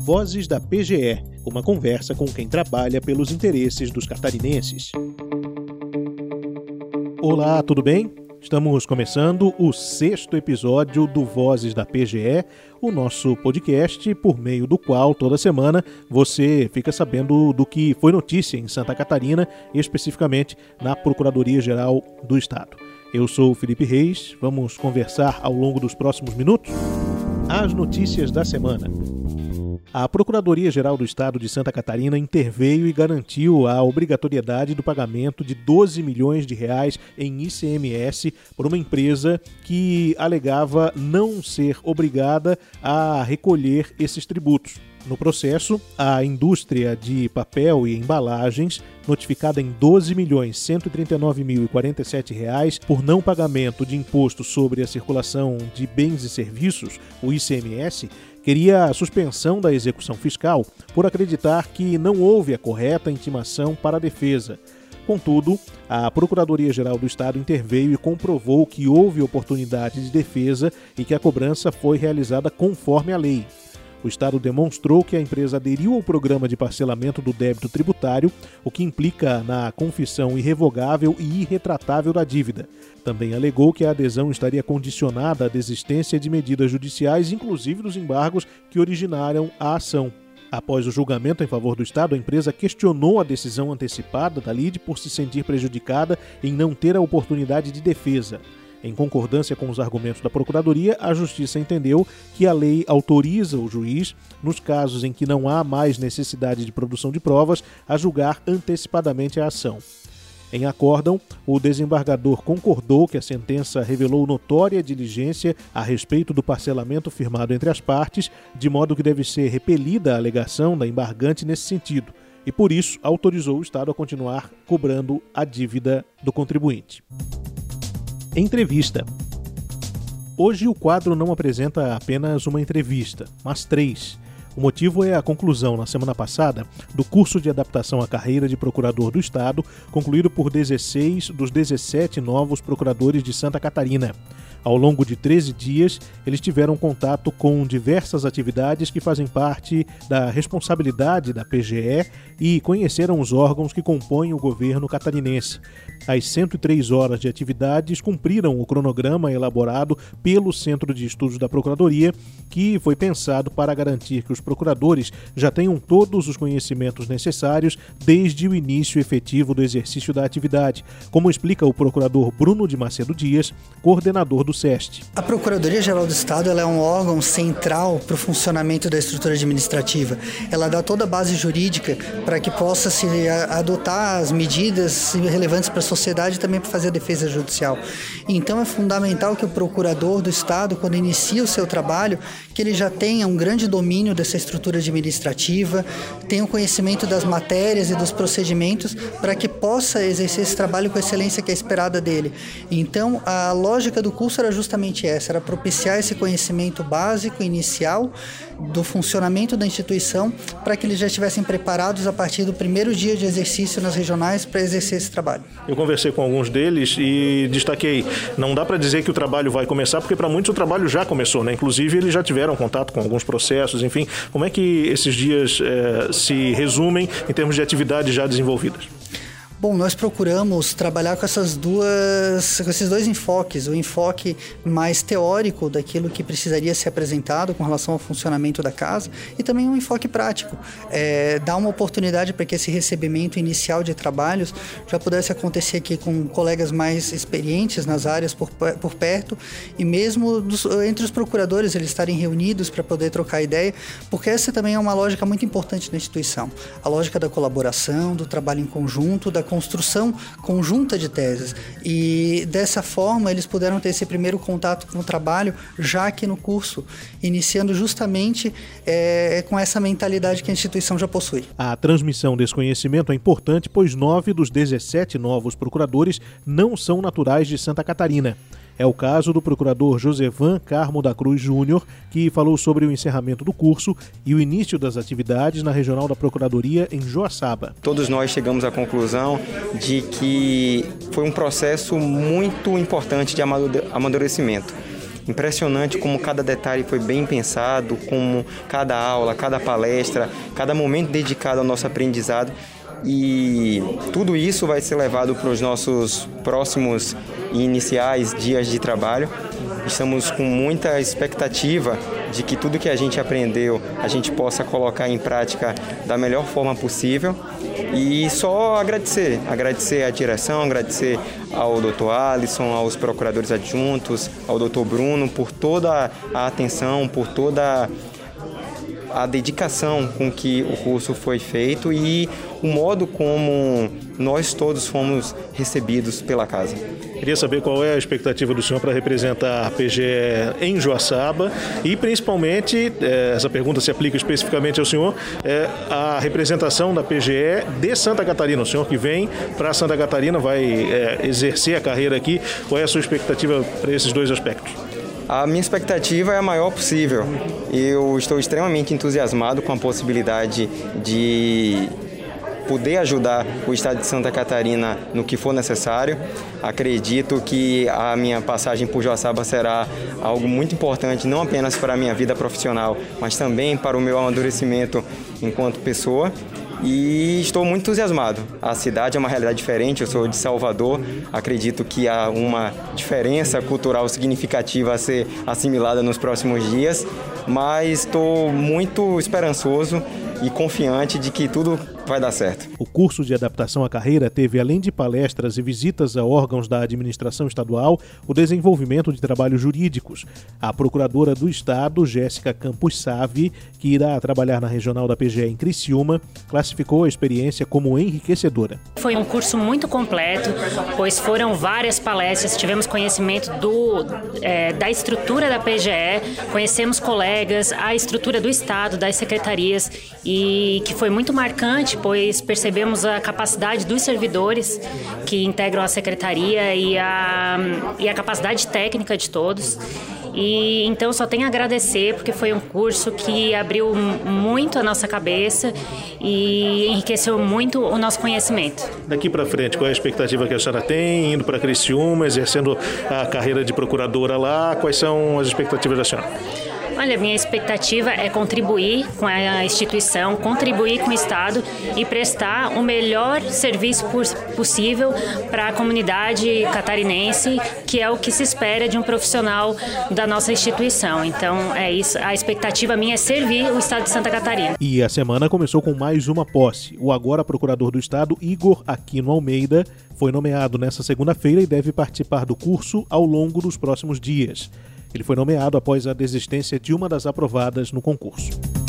Vozes da PGE, uma conversa com quem trabalha pelos interesses dos catarinenses. Olá, tudo bem? Estamos começando o 6º episódio do Vozes da PGE, o nosso podcast por meio do qual, toda semana, você fica sabendo do que foi notícia em Santa Catarina, especificamente na Procuradoria-Geral do Estado. Eu sou o Felipe Reis, vamos conversar ao longo dos próximos minutos as notícias da semana. A Procuradoria-Geral do Estado de Santa Catarina interveio e garantiu a obrigatoriedade do pagamento de 12 milhões de reais em ICMS por uma empresa que alegava não ser obrigada a recolher esses tributos. No processo, a indústria de papel e embalagens, notificada em R$ 12.139.047 por não pagamento de imposto sobre a circulação de bens e serviços, o ICMS, queria a suspensão da execução fiscal por acreditar que não houve a correta intimação para a defesa. Contudo, a Procuradoria-Geral do Estado interveio e comprovou que houve oportunidade de defesa e que a cobrança foi realizada conforme a lei. O Estado demonstrou que a empresa aderiu ao programa de parcelamento do débito tributário, o que implica na confissão irrevogável e irretratável da dívida. Também alegou que a adesão estaria condicionada à desistência de medidas judiciais, inclusive dos embargos que originaram a ação. Após o julgamento em favor do Estado, a empresa questionou a decisão antecipada da lide por se sentir prejudicada em não ter a oportunidade de defesa. Em concordância com os argumentos da Procuradoria, a Justiça entendeu que a lei autoriza o juiz, nos casos em que não há mais necessidade de produção de provas, a julgar antecipadamente a ação. Em acórdão, o desembargador concordou que a sentença revelou notória diligência a respeito do parcelamento firmado entre as partes, de modo que deve ser repelida a alegação da embargante nesse sentido, e por isso autorizou o Estado a continuar cobrando a dívida do contribuinte. Entrevista. Hoje o quadro não apresenta apenas uma entrevista, mas 3. O motivo é a conclusão, na semana passada, do curso de adaptação à carreira de procurador do Estado, concluído por 16 dos 17 novos procuradores de Santa Catarina. Ao longo de 13 dias, eles tiveram contato com diversas atividades que fazem parte da responsabilidade da PGE e conheceram os órgãos que compõem o governo catarinense. As 103 horas de atividades cumpriram o cronograma elaborado pelo Centro de Estudos da Procuradoria, que foi pensado para garantir que os procuradores já tenham todos os conhecimentos necessários desde o início efetivo do exercício da atividade, como explica o procurador Bruno de Macedo Dias, coordenador do SEST. A Procuradoria-Geral do Estado ela é um órgão central para o funcionamento da estrutura administrativa. Ela dá toda a base jurídica para que possa se adotar as medidas relevantes para a sociedade e também para fazer a defesa judicial. Então é fundamental que o procurador do Estado, quando inicia o seu trabalho, que ele já tenha um grande domínio dessa estrutura administrativa, tenha o conhecimento das matérias e dos procedimentos para que possa exercer esse trabalho com a excelência que é esperada dele. Então a lógica do curso era justamente essa, era propiciar esse conhecimento básico, inicial, do funcionamento da instituição, para que eles já estivessem preparados a partir do primeiro dia de exercício nas regionais para exercer esse trabalho. Eu conversei com alguns deles e destaquei, não dá para dizer que o trabalho vai começar, porque para muitos o trabalho já começou, né? Inclusive eles já tiveram contato com alguns processos, enfim. Como é que esses dias se resumem em termos de atividades já desenvolvidas? Bom, nós procuramos trabalhar com esses dois enfoques, o enfoque mais teórico daquilo que precisaria ser apresentado com relação ao funcionamento da casa e também um enfoque prático, dar uma oportunidade para que esse recebimento inicial de trabalhos já pudesse acontecer aqui com colegas mais experientes nas áreas por perto e mesmo entre os procuradores eles estarem reunidos para poder trocar ideia, porque essa também é uma lógica muito importante na instituição, a lógica da colaboração, do trabalho em conjunto, da construção conjunta de teses e dessa forma eles puderam ter esse primeiro contato com o trabalho já aqui no curso, iniciando justamente com essa mentalidade que a instituição já possui. A transmissão desse conhecimento é importante, pois 9 dos 17 novos procuradores não são naturais de Santa Catarina. É o caso do procurador Josevan Carmo da Cruz Júnior, que falou sobre o encerramento do curso e o início das atividades na Regional da Procuradoria em Joaçaba. Todos nós chegamos à conclusão de que foi um processo muito importante de amadurecimento. Impressionante como cada detalhe foi bem pensado, como cada aula, cada palestra, cada momento dedicado ao nosso aprendizado. E tudo isso vai ser levado para os nossos próximos e iniciais dias de trabalho. Estamos com muita expectativa de que tudo que a gente aprendeu a gente possa colocar em prática da melhor forma possível. E só agradecer à direção, agradecer ao Dr. Alisson, aos procuradores adjuntos, ao Dr. Bruno por toda a atenção, por toda a dedicação com que o curso foi feito e o modo como nós todos fomos recebidos pela casa. Queria saber qual é a expectativa do senhor para representar a PGE em Joaçaba e, principalmente, essa pergunta se aplica especificamente ao senhor, a representação da PGE de Santa Catarina. O senhor que vem para Santa Catarina vai exercer a carreira aqui. Qual é a sua expectativa para esses dois aspectos? A minha expectativa é a maior possível. Eu estou extremamente entusiasmado com a possibilidade de poder ajudar o Estado de Santa Catarina no que for necessário. Acredito que a minha passagem por Joaçaba será algo muito importante, não apenas para a minha vida profissional, mas também para o meu amadurecimento enquanto pessoa. E estou muito entusiasmado. A cidade é uma realidade diferente, eu sou de Salvador, acredito que há uma diferença cultural significativa a ser assimilada nos próximos dias, mas estou muito esperançoso e confiante de que tudo vai dar certo. O curso de adaptação à carreira teve, além de palestras e visitas a órgãos da administração estadual, o desenvolvimento de trabalhos jurídicos. A procuradora do Estado, Jéssica Campos Save, que irá trabalhar na regional da PGE em Criciúma, classificou a experiência como enriquecedora. Foi um curso muito completo, pois foram várias palestras, tivemos conhecimento da estrutura da PGE, conhecemos colegas, a estrutura do Estado, das secretarias, e que foi muito marcante, pois percebemos a capacidade dos servidores que integram a secretaria e a capacidade técnica de todos. E então só tenho a agradecer, porque foi um curso que abriu muito a nossa cabeça e enriqueceu muito o nosso conhecimento. Daqui para frente, qual é a expectativa que a senhora tem, indo para Criciúma, exercendo a carreira de procuradora lá? Quais são as expectativas da senhora? Olha, minha expectativa é contribuir com a instituição, contribuir com o Estado e prestar o melhor serviço possível para a comunidade catarinense, que é o que se espera de um profissional da nossa instituição. Então, é isso. A expectativa minha é servir o Estado de Santa Catarina. E a semana começou com mais uma posse. O agora procurador do Estado, Igor Aquino Almeida, foi nomeado nesta segunda-feira e deve participar do curso ao longo dos próximos dias. Ele foi nomeado após a desistência de uma das aprovadas no concurso.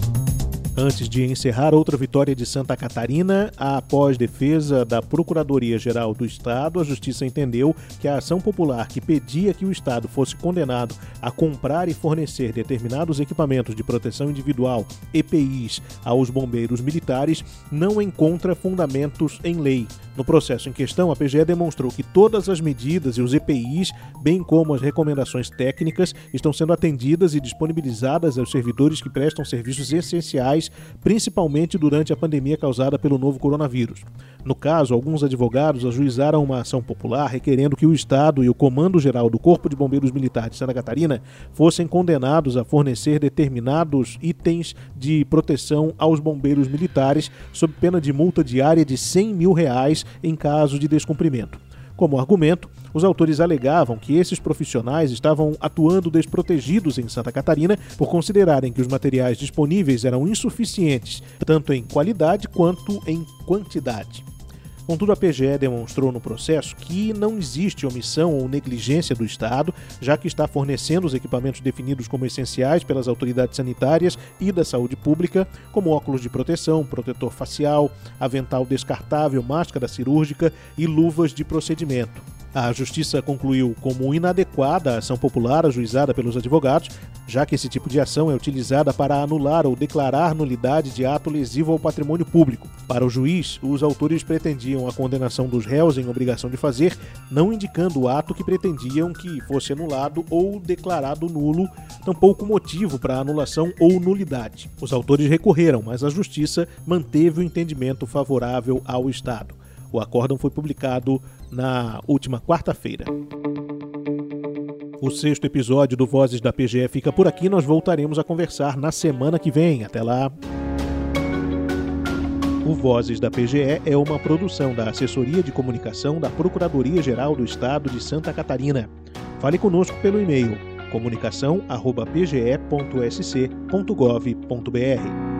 Antes de encerrar outra vitória de Santa Catarina, após defesa da Procuradoria-Geral do Estado, a Justiça entendeu que a ação popular que pedia que o Estado fosse condenado a comprar e fornecer determinados equipamentos de proteção individual, EPIs, aos bombeiros militares, não encontra fundamentos em lei. No processo em questão, a PGE demonstrou que todas as medidas e os EPIs, bem como as recomendações técnicas, estão sendo atendidas e disponibilizadas aos servidores que prestam serviços essenciais, principalmente durante a pandemia causada pelo novo coronavírus. No caso, alguns advogados ajuizaram uma ação popular requerendo que o Estado e o Comando-Geral do Corpo de Bombeiros Militares de Santa Catarina fossem condenados a fornecer determinados itens de proteção aos bombeiros militares sob pena de multa diária de R$100 mil em caso de descumprimento. Como argumento, os autores alegavam que esses profissionais estavam atuando desprotegidos em Santa Catarina por considerarem que os materiais disponíveis eram insuficientes, tanto em qualidade quanto em quantidade. Contudo, a PGE demonstrou no processo que não existe omissão ou negligência do Estado, já que está fornecendo os equipamentos definidos como essenciais pelas autoridades sanitárias e da saúde pública, como óculos de proteção, protetor facial, avental descartável, máscara cirúrgica e luvas de procedimento. A Justiça concluiu como inadequada a ação popular ajuizada pelos advogados, já que esse tipo de ação é utilizada para anular ou declarar nulidade de ato lesivo ao patrimônio público. Para o juiz, os autores pretendiam a condenação dos réus em obrigação de fazer, não indicando o ato que pretendiam que fosse anulado ou declarado nulo, tampouco motivo para anulação ou nulidade. Os autores recorreram, mas a Justiça manteve o entendimento favorável ao Estado. O acórdão foi publicado na última quarta-feira. O 6º episódio do Vozes da PGE fica por aqui. Nós voltaremos a conversar na semana que vem. Até lá! O Vozes da PGE é uma produção da Assessoria de Comunicação da Procuradoria-Geral do Estado de Santa Catarina. Fale conosco pelo e-mail comunicação@pge.sc.gov.br.